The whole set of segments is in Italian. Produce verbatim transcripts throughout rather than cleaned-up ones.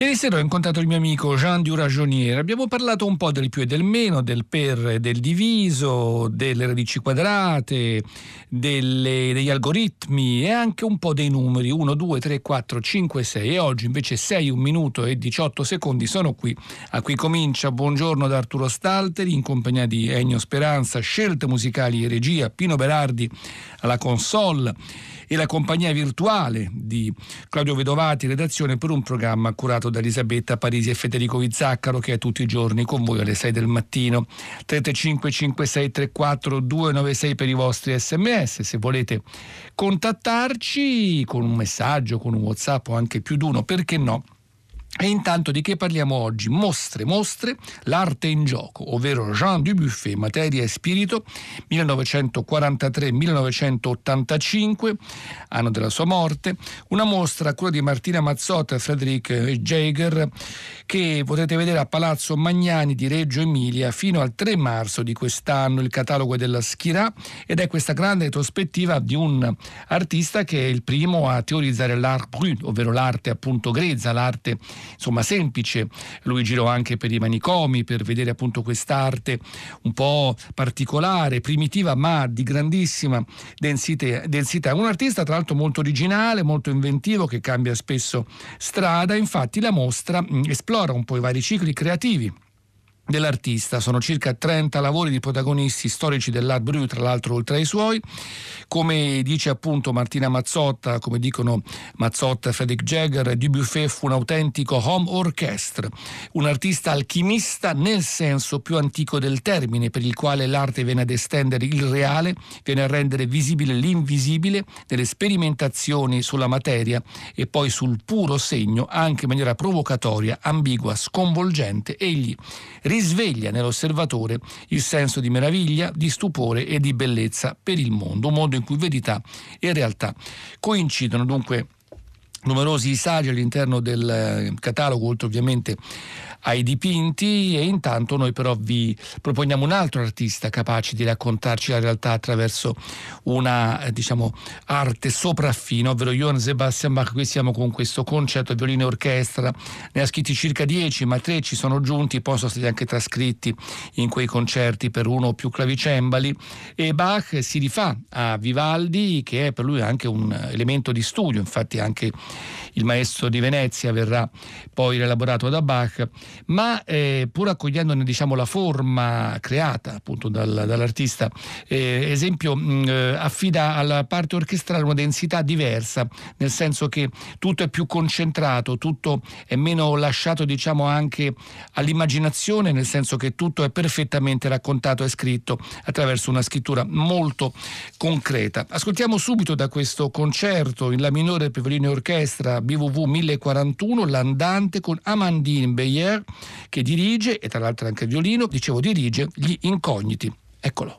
Ieri sera ho incontrato il mio amico Jean Duragionier, abbiamo parlato un po' del più e del meno, del per e del diviso, delle radici quadrate, delle, degli algoritmi e anche un po' dei numeri uno, due, tre, quattro, cinque, sei e oggi invece sei, un minuto e diciotto secondi sono qui. A Qui Comincia, buongiorno da Arturo Stalteri in compagnia di Ennio Speranza, scelte musicali e regia, Pino Berardi alla console e la compagnia virtuale di Claudio Vedovati, redazione per un programma curato da Elisabetta Parisi e Federico Vizzaccaro, che è tutti i giorni con voi alle sei del mattino. tre tre cinque cinque sei tre quattro due nove sei per i vostri sms, se volete contattarci con un messaggio, con un WhatsApp o anche più di uno, perché no? E intanto di che parliamo oggi? Mostre, mostre, l'arte in gioco, ovvero Jean Dubuffet, materia e spirito, millenovecentoquarantatré millenovecentottantacinque, anno della sua morte, una mostra a cura di Martina Mazzotta e Frederick Jaeger che potete vedere a Palazzo Magnani di Reggio Emilia fino al tre marzo di quest'anno. Il catalogo è della Schirà ed è questa grande retrospettiva di un artista che è il primo a teorizzare l'art brut, ovvero l'arte appunto grezza, l'arte insomma semplice. Lui girò anche per i manicomi per vedere appunto quest'arte un po' particolare, primitiva ma di grandissima densità, densità. Un artista tra l'altro molto originale, molto inventivo, che cambia spesso strada. Infatti la mostra mh, esplora un po' i vari cicli creativi dell'artista. Sono circa trenta lavori di protagonisti storici dell'art brut, tra l'altro oltre ai suoi. Come dice appunto Martina Mazzotta, come dicono Mazzotta e Frederick Jaeger, Dubuffet fu un autentico home orchestre, un artista alchimista nel senso più antico del termine, per il quale l'arte viene ad estendere il reale, viene a rendere visibile l'invisibile nelle sperimentazioni sulla materia e poi sul puro segno, anche in maniera provocatoria, ambigua, sconvolgente. Egli risveglia nell'osservatore il senso di meraviglia, di stupore e di bellezza per il mondo, un mondo in cui verità e realtà coincidono. Dunque numerosi saggi all'interno del catalogo, oltre ovviamente ai dipinti, e intanto noi però vi proponiamo un altro artista capace di raccontarci la realtà attraverso una eh, diciamo arte sopraffina, ovvero Johann Sebastian Bach. Qui siamo con questo concerto a violino e orchestra, ne ha scritti circa dieci, ma tre ci sono giunti, poi sono stati anche trascritti in quei concerti per uno o più clavicembali, e Bach si rifà a Vivaldi, che è per lui anche un elemento di studio. Infatti anche il Maestro di Venezia verrà poi rielaborato da Bach, ma eh, pur accogliendone diciamo la forma creata appunto dal, dall'artista, eh, esempio mh, affida alla parte orchestrale una densità diversa, nel senso che tutto è più concentrato, tutto è meno lasciato diciamo anche all'immaginazione, nel senso che tutto è perfettamente raccontato e scritto attraverso una scrittura molto concreta. Ascoltiamo subito da questo concerto in la minore per violino e orchestra B W V mille quarantuno l'Andante con Amandine Beyer, che dirige, e tra l'altro anche il violino, dicevo dirige, Gli Incogniti. Eccolo.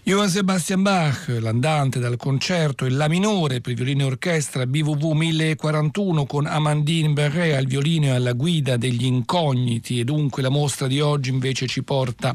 Johann Sebastian Bach, l'andante dal concerto in La minore per violino e orchestra B V V mille quarantuno con Amandine Berré al violino e alla guida degli incogniti, e dunque la mostra di oggi invece ci porta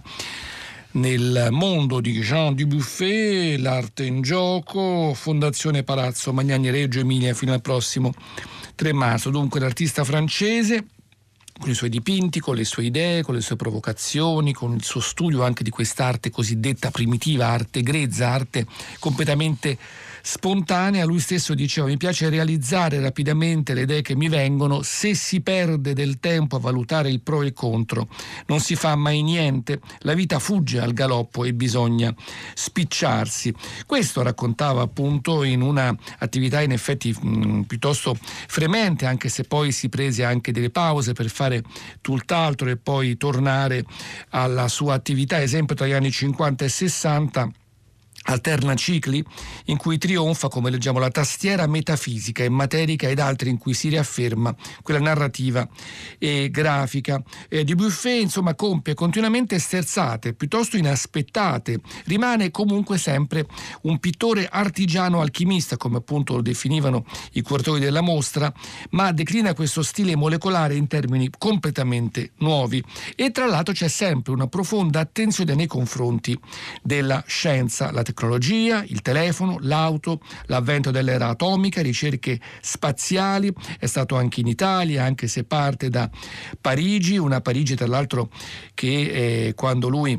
nel mondo di Jean Dubuffet, l'arte in gioco, Fondazione Palazzo Magnani Reggio Emilia fino al prossimo tre marzo. Dunque l'artista francese con i suoi dipinti, con le sue idee, con le sue provocazioni, con il suo studio anche di quest'arte cosiddetta primitiva, arte grezza, arte completamente spontanea. Lui stesso diceva: mi piace realizzare rapidamente le idee che mi vengono, se si perde del tempo a valutare il pro e il contro non si fa mai niente, la vita fugge al galoppo e bisogna spicciarsi. Questo raccontava appunto in una attività in effetti mh, piuttosto fremente, anche se poi si prese anche delle pause per fare tutt'altro e poi tornare alla sua attività. Esempio, tra gli anni cinquanta e sessanta alterna cicli in cui trionfa, come leggiamo, la tastiera metafisica e materica ed altri in cui si riafferma quella narrativa e grafica. Eh, Dubuffet insomma compie continuamente sterzate piuttosto inaspettate, rimane comunque sempre un pittore artigiano alchimista, come appunto lo definivano i curatori della mostra, ma declina questo stile molecolare in termini completamente nuovi, e tra l'altro c'è sempre una profonda attenzione nei confronti della scienza, la tecnologia, il telefono, l'auto, l'avvento dell'era atomica, ricerche spaziali. È stato anche in Italia, anche se parte da Parigi, una Parigi tra l'altro che eh, quando lui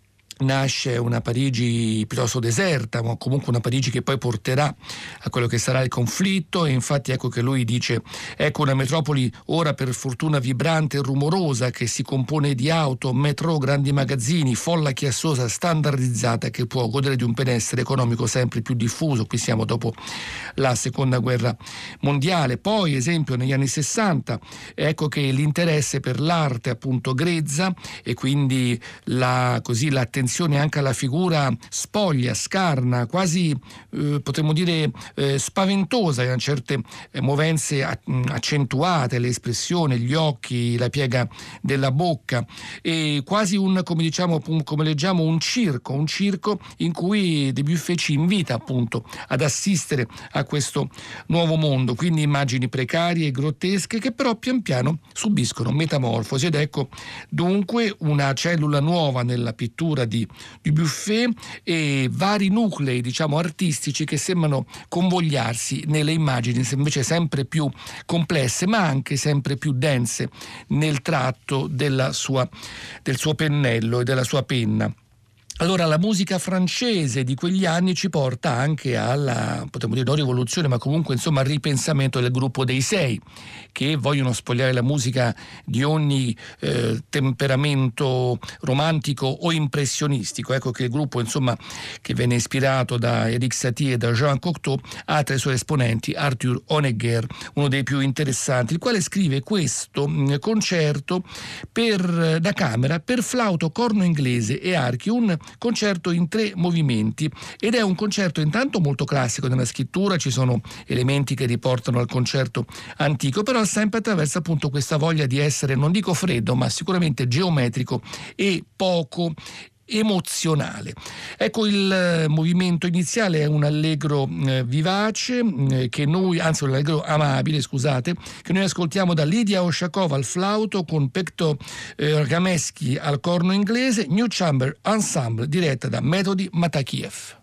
nasce una Parigi piuttosto deserta, ma comunque una Parigi che poi porterà a quello che sarà il conflitto. E infatti ecco che lui dice: ecco una metropoli ora per fortuna vibrante e rumorosa, che si compone di auto, metro, grandi magazzini, folla chiassosa standardizzata, che può godere di un benessere economico sempre più diffuso. Qui siamo dopo la seconda guerra mondiale. Poi esempio negli anni sessanta, ecco che l'interesse per l'arte appunto grezza, e quindi la, così l'attenzione anche alla figura spoglia, scarna, quasi eh, potremmo dire eh, spaventosa, in certe eh, movenze accentuate, le espressioni, gli occhi, la piega della bocca, e quasi un, come diciamo, come leggiamo, un circo, un circo in cui Dubuffet ci invita appunto ad assistere a questo nuovo mondo, quindi immagini precarie e grottesche che però pian piano subiscono metamorfosi. Ed ecco dunque una cellula nuova nella pittura di Dubuffet e vari nuclei, diciamo, artistici che sembrano convogliarsi nelle immagini invece sempre più complesse, ma anche sempre più dense nel tratto della sua, del suo pennello e della sua penna. Allora la musica francese di quegli anni ci porta anche alla, potremmo dire non rivoluzione, ma comunque insomma al ripensamento del gruppo dei Sei, che vogliono spogliare la musica di ogni eh, temperamento romantico o impressionistico. Ecco che il gruppo insomma che venne ispirato da Eric Satie e da Jean Cocteau ha tra i suoi esponenti Arthur Honegger, uno dei più interessanti, il quale scrive questo mh, concerto per, da camera per flauto, corno inglese e archi, un concerto in tre movimenti, ed è un concerto intanto molto classico nella scrittura, ci sono elementi che riportano al concerto antico, però sempre attraverso appunto questa voglia di essere, non dico freddo, ma sicuramente geometrico e poco emozionale. Ecco, il movimento iniziale è un allegro eh, vivace eh, che noi, anzi un allegro amabile, scusate, che noi ascoltiamo da Lidia Oshakova al flauto con Pekto eh, Ramesky al corno inglese, New Chamber Ensemble diretta da Metodi Matakiev.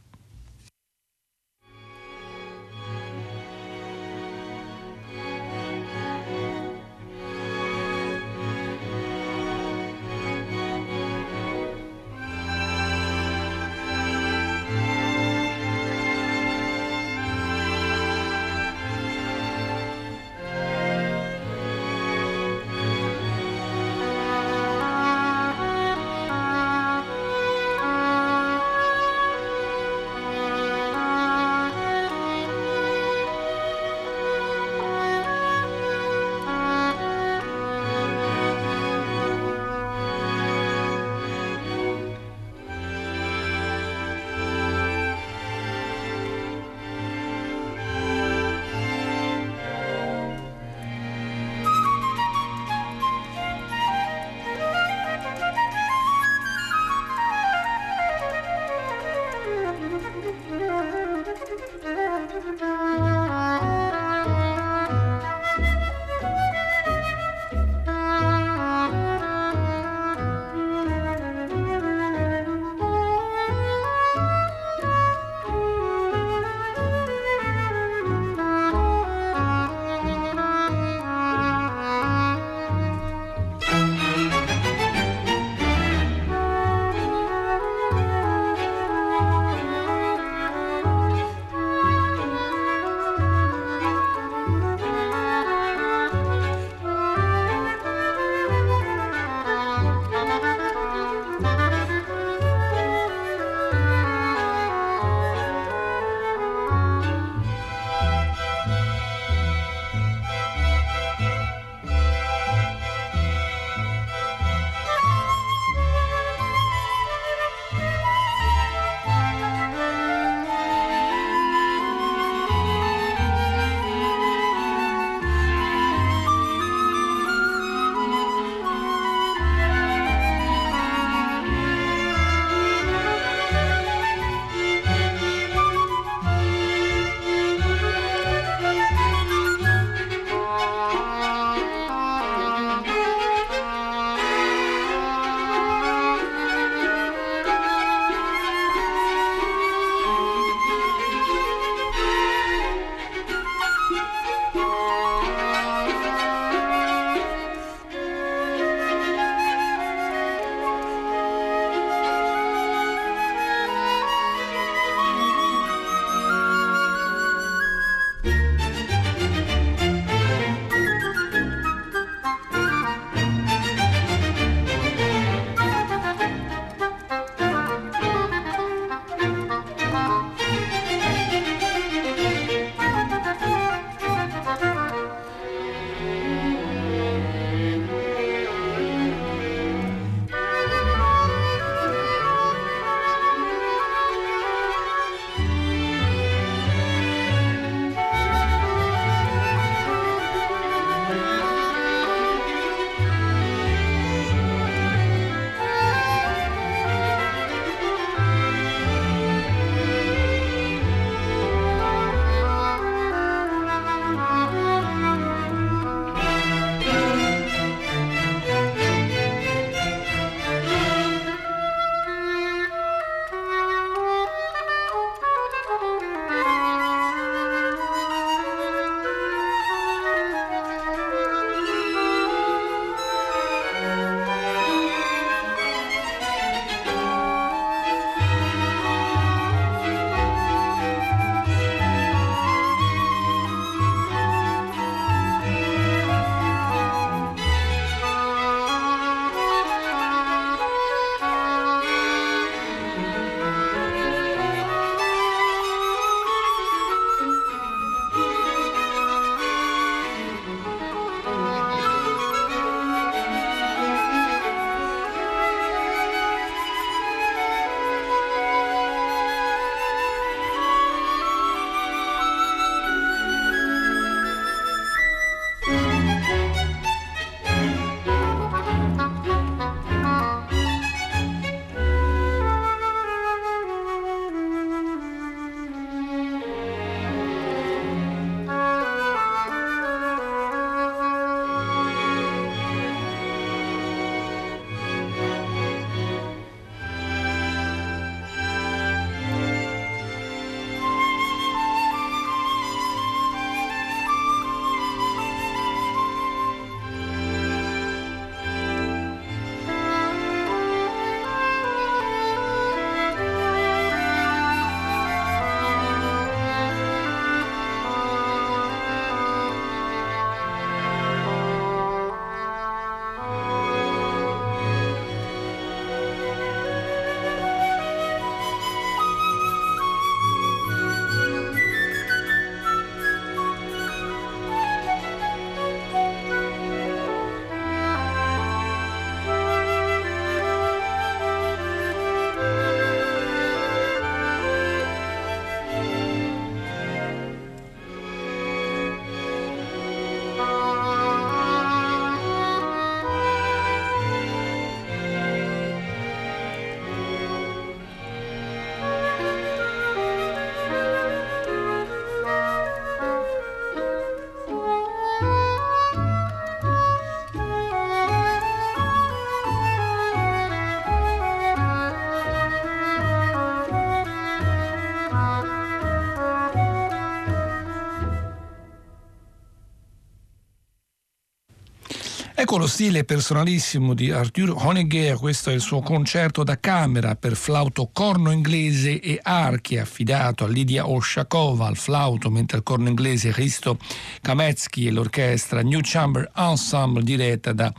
Ecco lo stile personalissimo di Arthur Honegger, questo è il suo concerto da camera per flauto, corno inglese e archi, affidato a Lidia Oshakova al flauto, mentre al corno inglese Hristo Kametsky e l'orchestra New Chamber Ensemble diretta da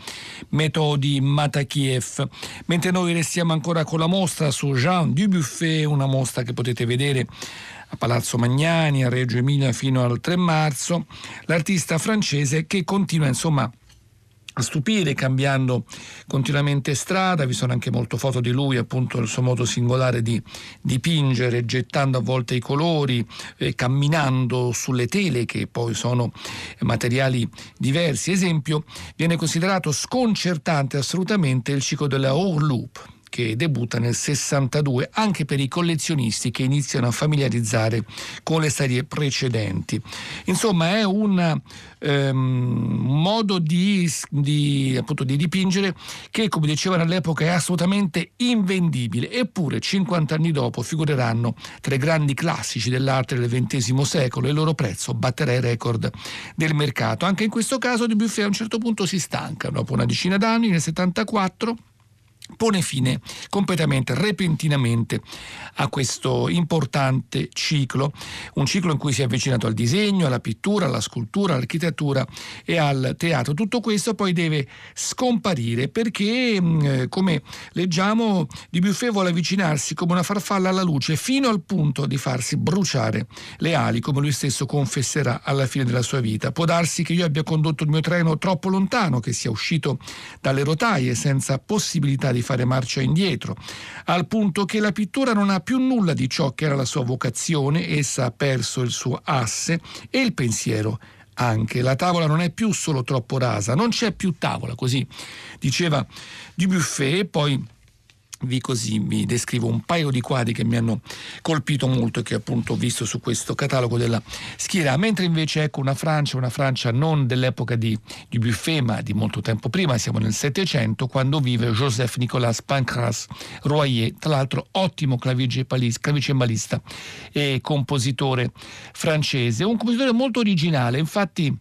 Metodi Matakiev. Mentre noi restiamo ancora con la mostra su Jean Dubuffet, una mostra che potete vedere a Palazzo Magnani, a Reggio Emilia fino al tre marzo, l'artista francese che continua insomma a stupire, cambiando continuamente strada. Vi sono anche molte foto di lui, appunto il suo modo singolare di dipingere, gettando a volte i colori, eh, camminando sulle tele che poi sono materiali diversi. Esempio, viene considerato sconcertante assolutamente il ciclo della Horloop, che debutta nel sessantadue anche per i collezionisti che iniziano a familiarizzare con le serie precedenti. Insomma, è un ehm, modo di, di, appunto, di dipingere che, come dicevano all'epoca, è assolutamente invendibile, eppure cinquanta anni dopo figureranno tra i grandi classici dell'arte del ventesimo secolo e il loro prezzo batterà i record del mercato. Anche in questo caso Dubuffet a un certo punto si stanca, dopo una decina d'anni, nel settantaquattro pone fine completamente, repentinamente a questo importante ciclo, un ciclo in cui si è avvicinato al disegno, alla pittura, alla scultura, all'architettura e al teatro. Tutto questo poi deve scomparire perché, eh, come leggiamo, Dubuffet vuole avvicinarsi come una farfalla alla luce fino al punto di farsi bruciare le ali, come lui stesso confesserà alla fine della sua vita. Può darsi che io abbia condotto il mio treno troppo lontano, che sia uscito dalle rotaie senza possibilità di fare marcia indietro, al punto che la pittura non ha più nulla di ciò che era la sua vocazione, essa ha perso il suo asse e il pensiero anche. La tavola non è più solo troppo rasa, non c'è più tavola, così diceva Dubuffet. Poi vi così vi descrivo un paio di quadri che mi hanno colpito molto e che appunto ho visto su questo catalogo della Schiera. Mentre invece ecco una Francia, una Francia non dell'epoca di Dubuffet ma di molto tempo prima, siamo nel Settecento, quando vive Joseph Nicolas Pancras Royer, tra l'altro ottimo clavicembalista e compositore francese, un compositore molto originale, infatti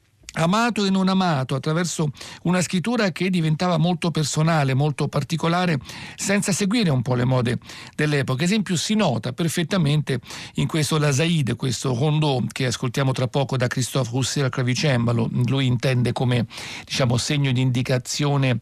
amato e non amato attraverso una scrittura che diventava molto personale, molto particolare, senza seguire un po' le mode dell'epoca. Esempio si nota perfettamente in questo La Zaïde, questo rondò che ascoltiamo tra poco da Christophe Rousset al clavicembalo. Lui intende come, diciamo, segno di indicazione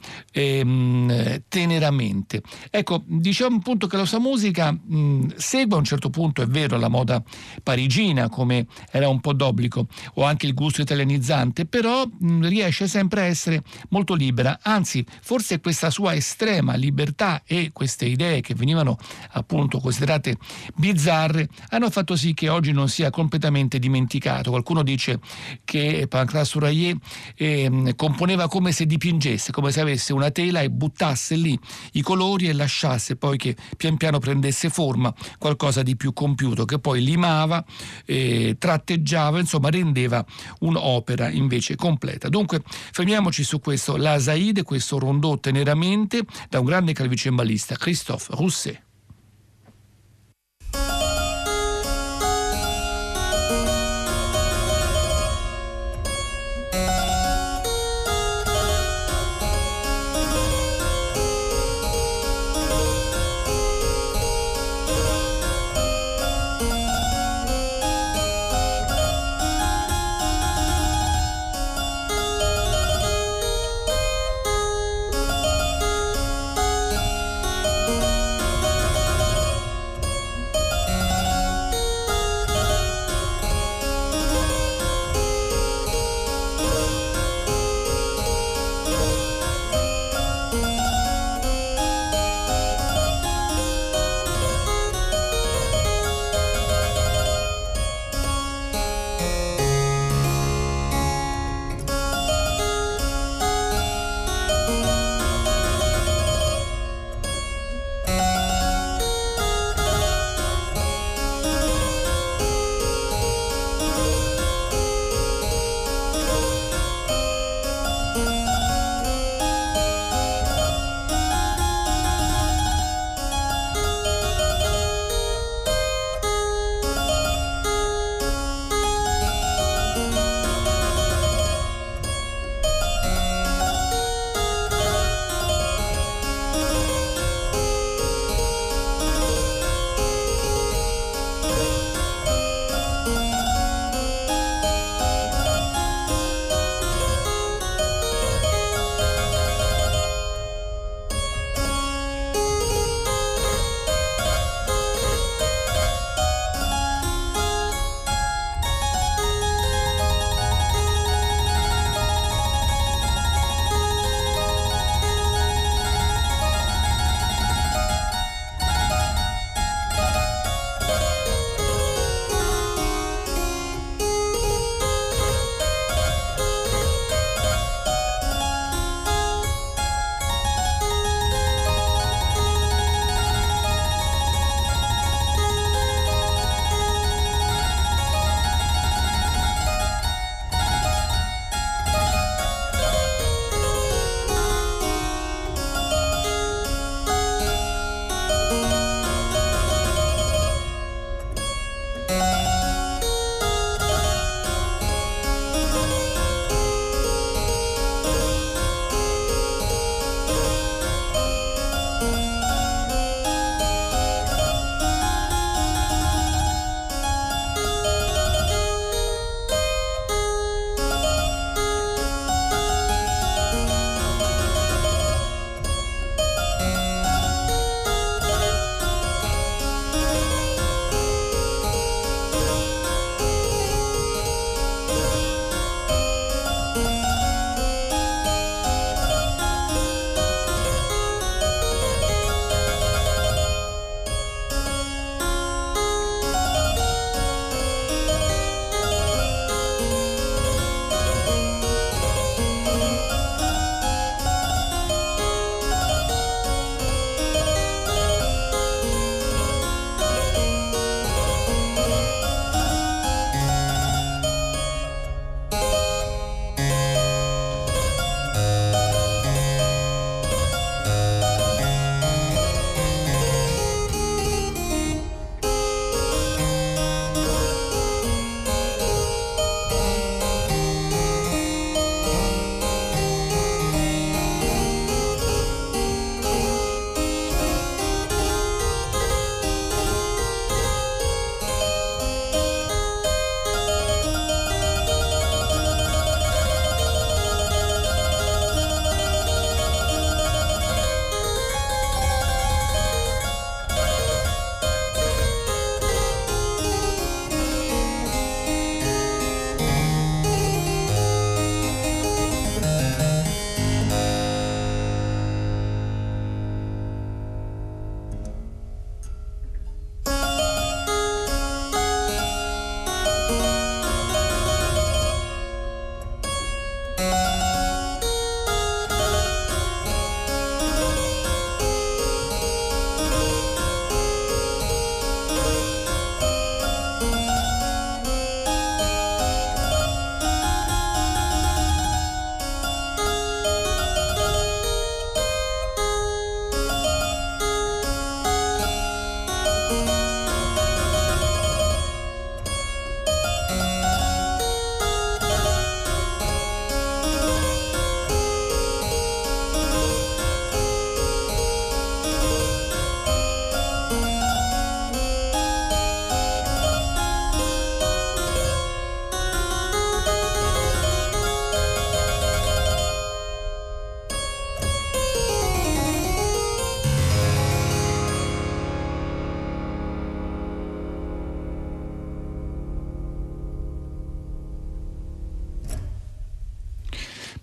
ehm, teneramente. Ecco, diciamo appunto che la sua musica mh, segue a un certo punto, è vero, la moda parigina, come era un po' d'obbligo, o anche il gusto italianizzante, però mh, riesce sempre a essere molto libera, anzi forse questa sua estrema libertà e queste idee che venivano appunto considerate bizzarre hanno fatto sì che oggi non sia completamente dimenticato. Qualcuno dice che Pancras Royer eh, componeva come se dipingesse, come se avesse una tela e buttasse lì i colori e lasciasse poi che pian piano prendesse forma qualcosa di più compiuto, che poi limava, eh, tratteggiava, insomma rendeva un'opera in invece completa. Dunque fermiamoci su questo La Zaïde, questo rondò teneramente da un grande clavicembalista, Christophe Rousset.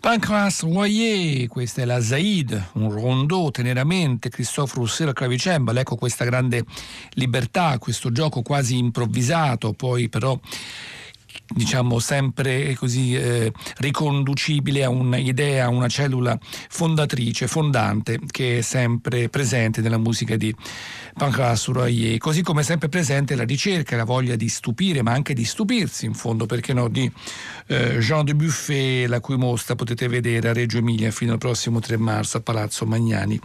Pancras Royer, questa è la Zaïd, un rondò teneramente, Christophe Rousset al clavicembalo, ecco questa grande libertà, questo gioco quasi improvvisato, poi però diciamo sempre così eh, riconducibile a un'idea, a una cellula fondatrice, fondante, che è sempre presente nella musica di Pancras Royer, così come è sempre presente la ricerca, la voglia di stupire, ma anche di stupirsi, in fondo, perché no, di eh, Jean Dubuffet, la cui mostra potete vedere a Reggio Emilia fino al prossimo tre marzo a Palazzo Magnani.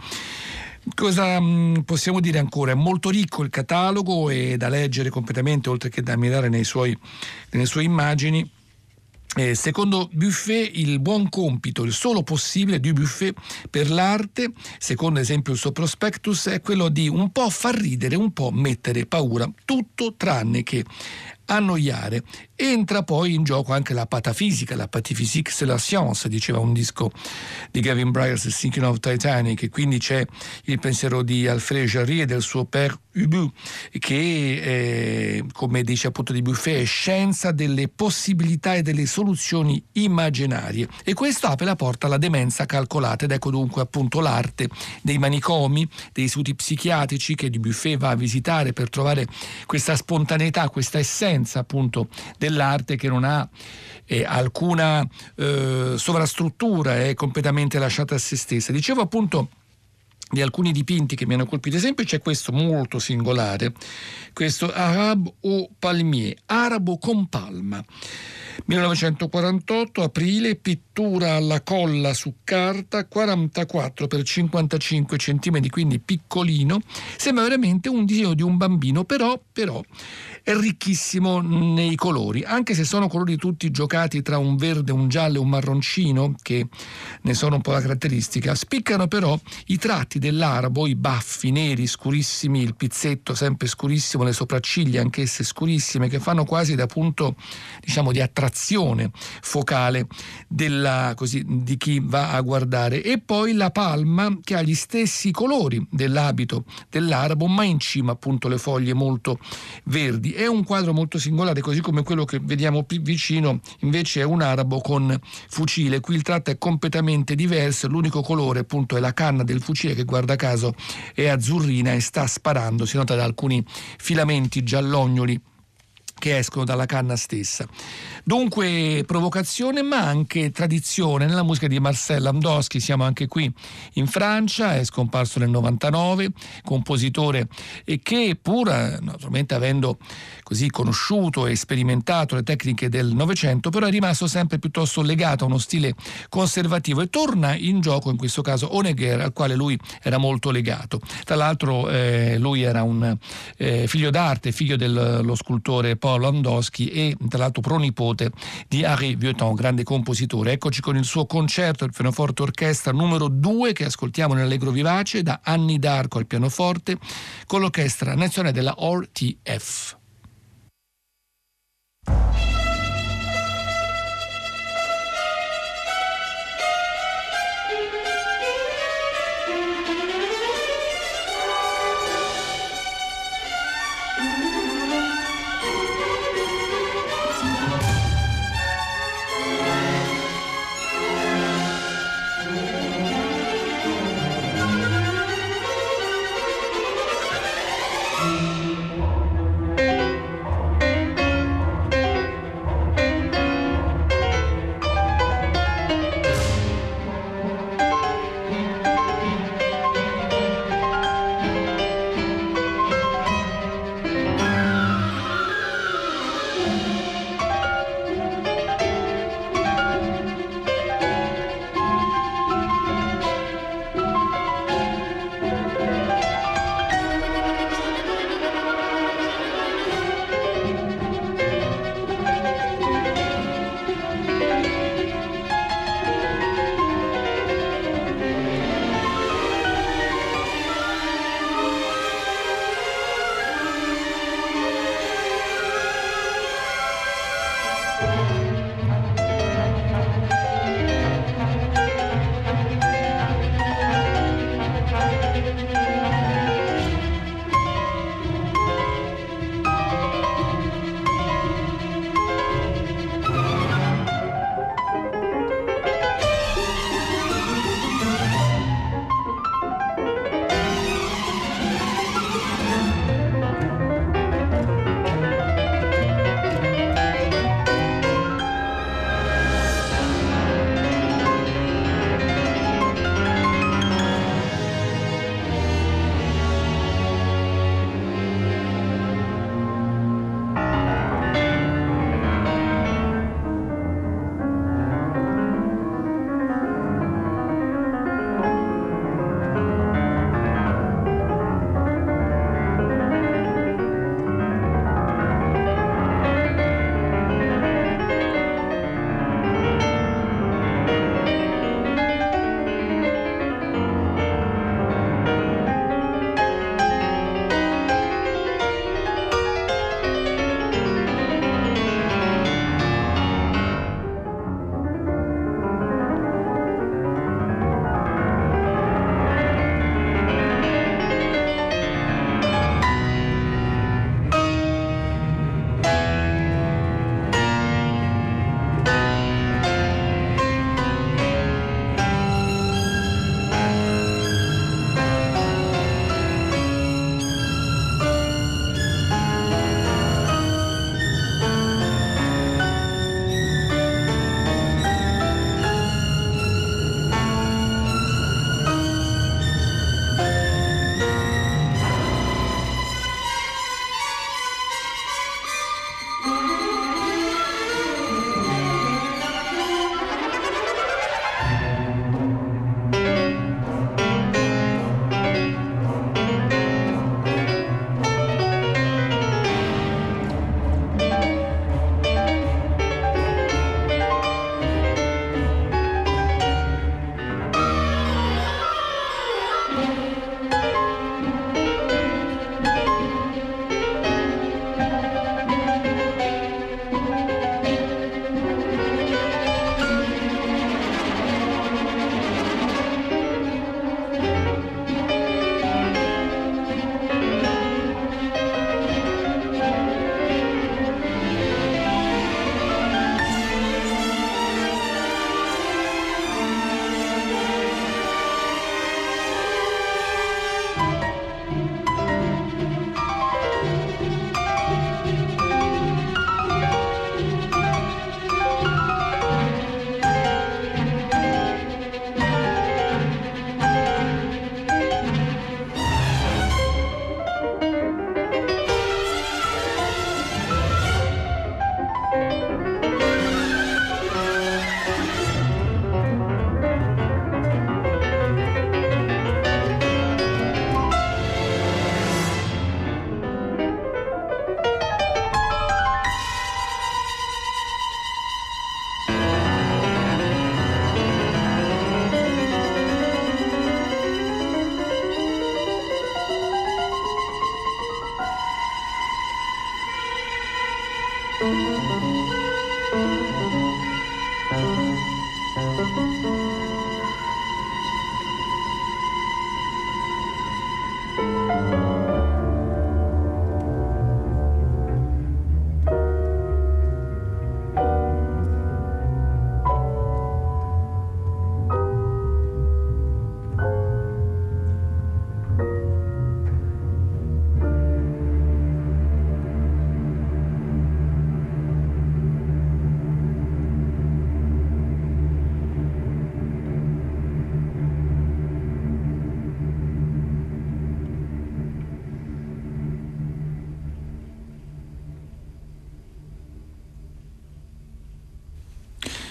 Cosa mh, possiamo dire ancora? È molto ricco il catalogo e da leggere completamente, oltre che da ammirare nei suoi, nelle sue immagini. Eh, secondo Buffet il buon compito, il solo possibile di Buffet per l'arte, secondo esempio il suo prospectus, è quello di un po' far ridere, un po' mettere paura, tutto tranne che annoiare. Entra poi in gioco anche la patafisica, la patiphysique c'est la science, diceva un disco di Gavin Bryars, Thinking of Titanic, e quindi c'è il pensiero di Alfred Jarry e del suo père Ubu, che eh, come dice appunto di Buffet è scienza delle possibilità e delle soluzioni immaginarie, e questo apre la porta alla demenza calcolata, ed ecco dunque appunto l'arte dei manicomi, dei istituti psichiatrici che di Buffet va a visitare per trovare questa spontaneità, questa essenza appunto dell'arte che non ha eh, alcuna eh, sovrastruttura, è completamente lasciata a se stessa. Dicevo appunto di alcuni dipinti che mi hanno colpito, ad esempio c'è questo molto singolare, questo Arabe au Palmier, arabo con palma, millenovecentoquarantotto, aprile, pittura alla colla su carta, quarantaquattro per cinquantacinque centimetri, quindi piccolino, sembra veramente un disegno di un bambino, però, però è ricchissimo nei colori, anche se sono colori tutti giocati tra un verde, un giallo e un marroncino, che ne sono un po' la caratteristica. Spiccano però i tratti dell'arabo, i baffi neri scurissimi, il pizzetto sempre scurissimo, le sopracciglia anch'esse scurissime, che fanno quasi da punto, diciamo, di attrazione focale della, così, di chi va a guardare. E poi la palma, che ha gli stessi colori dell'abito dell'arabo, ma in cima appunto le foglie molto verdi. È un quadro molto singolare, così come quello che vediamo più vicino invece è un arabo con fucile. Qui il tratto è completamente diverso, l'unico colore appunto è la canna del fucile, che guarda caso è azzurrina e sta sparando, si nota da alcuni filamenti giallognoli che escono dalla canna stessa. Dunque provocazione ma anche tradizione nella musica di Marcel Landowski. Siamo anche qui in Francia, è scomparso nel novantanove, compositore e che pur naturalmente avendo così conosciuto e sperimentato le tecniche del Novecento, però è rimasto sempre piuttosto legato a uno stile conservativo, e torna in gioco in questo caso Honegger, al quale lui era molto legato. Tra l'altro eh, lui era un eh, figlio d'arte, figlio dello scultore Paul Landowski e tra l'altro pronipote di Harry Vieuxtemps, grande compositore. Eccoci con il suo concerto del pianoforte orchestra numero due, che ascoltiamo nell'Allegro Vivace, da Annie D'Arco al pianoforte con l'Orchestra Nazionale della R T F.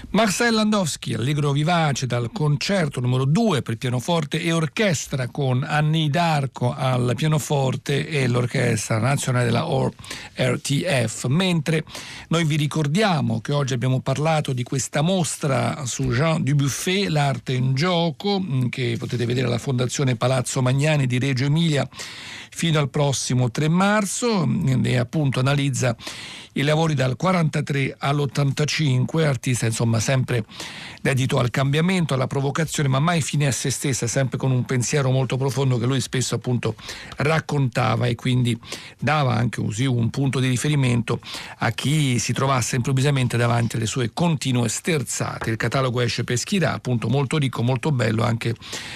Marcel Landowski, allegro vivace dal concerto numero due per pianoforte e orchestra con Annie Darko al pianoforte e l'orchestra nazionale della O R T F. Mentre noi vi ricordiamo che oggi abbiamo parlato di questa mostra su Jean Dubuffet, l'arte in gioco, che potete vedere alla Fondazione Palazzo Magnani di Reggio Emilia fino al prossimo tre marzo, e appunto analizza i lavori dal quarantatré all'ottantacinque, artista insomma sempre dedito al cambiamento, alla provocazione, ma mai fine a se stessa, sempre con un pensiero molto profondo che lui spesso appunto raccontava, e quindi dava anche così un punto di riferimento a chi si trovasse improvvisamente davanti alle sue continue sterzate. Il catalogo esce per Schirà, appunto molto ricco, molto bello, anche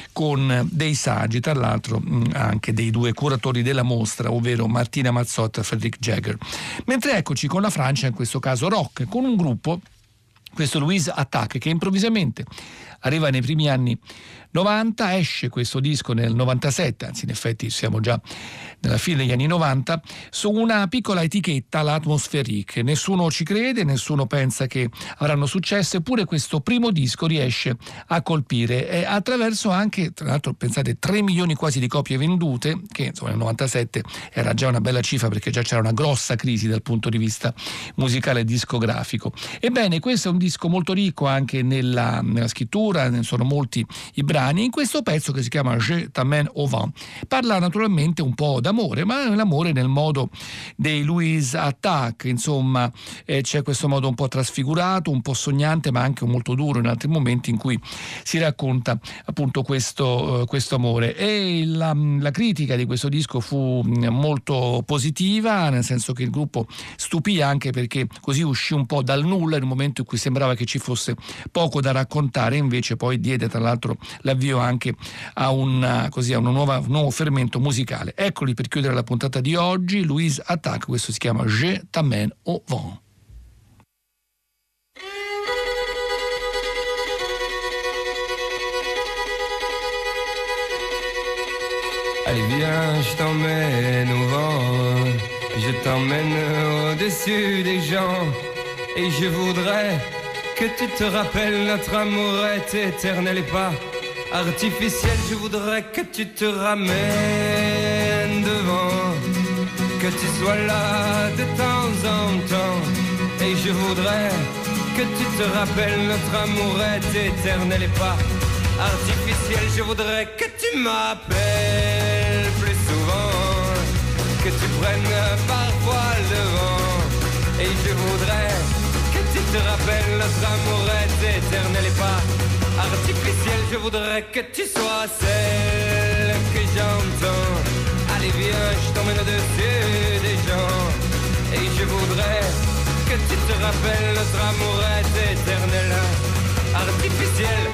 con dei saggi, tra l'altro anche dei due curatori della mostra, ovvero Martina Mazzotta e Frédéric Jagger. Mentre eccoci con la Francia, in questo caso rock, con un gruppo, questo Louise Attaque, che improvvisamente arriva nei primi anni novanta, esce questo disco nel novantasette, anzi in effetti siamo già nella fine degli anni novanta, su una piccola etichetta, l'Atmosphérique. Nessuno ci crede, nessuno pensa che avranno successo, eppure questo primo disco riesce a colpire, e attraverso anche, tra l'altro pensate, tre milioni quasi di copie vendute, che insomma nel novantasette era già una bella cifra, perché già c'era una grossa crisi dal punto di vista musicale e discografico. Ebbene, questo è un disco molto ricco anche nella, nella scrittura, ne sono molti i brani. In questo pezzo, che si chiama Je t'amène au vent, parla naturalmente un po' d'amore, ma l'amore nel modo dei Louise Attaque, insomma eh, c'è questo modo un po' trasfigurato, un po' sognante, ma anche molto duro in altri momenti, in cui si racconta appunto questo, uh, questo amore. E la, la critica di questo disco fu molto positiva, nel senso che il gruppo stupì anche perché così uscì un po' dal nulla in un momento in cui sembrava che ci fosse poco da raccontare, invece poi diede tra l'altro l'avvio anche a, una, così, a una nuova, un nuovo fermento musicale. Eccoli per chiudere la puntata di oggi, Louise Attaque, questo si chiama Je t'amène au vent. Allez viens, je t'emmène au vent, je t'emmène au-dessus des gens, et je voudrais que tu te rappelles notre amour est éternel et pas artificiel. Je voudrais que tu te ramènes devant, que tu sois là de temps en temps, et je voudrais que tu te rappelles notre amour est éternel et pas artificiel. Je voudrais que tu m'appelles plus souvent, que tu prennes parfois le vent, et je voudrais que tu te rappelles notre amour est éternel et pas artificiel. Je voudrais que tu sois celle que j'entends. Allez viens, je t'emmène au-dessus des gens, et je voudrais que tu te rappelles notre amour est éternel, artificiel.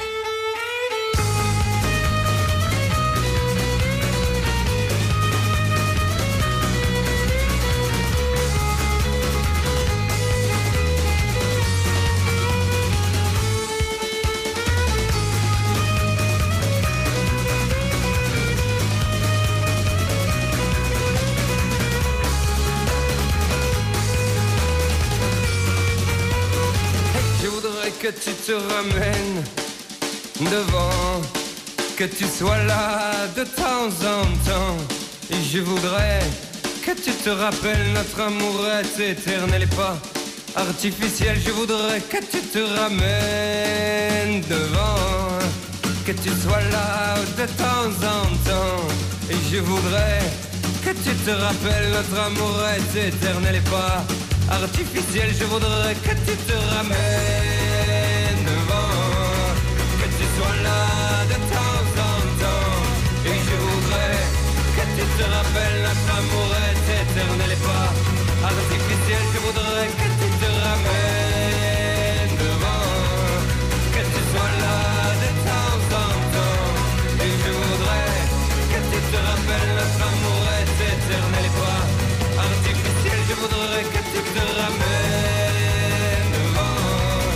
Que tu te ramènes devant, que tu sois là de temps en temps, et je voudrais que tu te rappelles notre amour est éternel et pas artificiel. Je voudrais que tu te ramènes devant, que tu sois là de temps en temps, et je voudrais que tu te rappelles notre amour est éternel et pas artificiel. Je voudrais que tu te ramènes devant, que tu sois là de temps en temps, et je voudrais que tu te rappelles notre amour est éternel et pas artificiel. Je voudrais que tu te ramènes devant, que tu sois là de temps en temps, et je voudrais que tu te rappelles notre amour est éternel et pas artificiel. Je voudrais que tu te ramènes devant,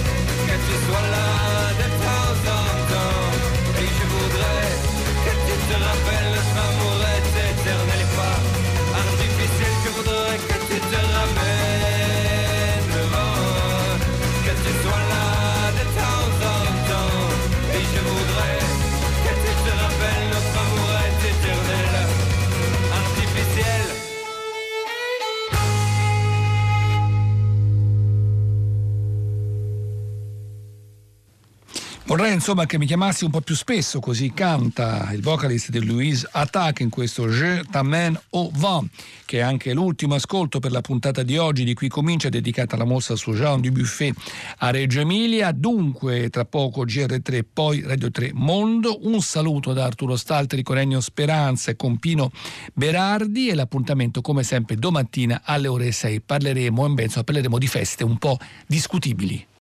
Vorrei insomma che mi chiamassi un po' più spesso, così canta il vocalist di Louise Attaque in questo Je t'amène au vent, che è anche l'ultimo ascolto per la puntata di oggi di Qui Comincia, dedicata alla mostra su Jean Dubuffet a Reggio Emilia. Dunque tra poco G R tre, poi Radio tre Mondo. Un saluto da Arturo Stalteri con Ennio Speranza e con Pino Berardi, e l'appuntamento come sempre domattina alle ore sei. Parleremo, e penso, parleremo di feste un po' discutibili.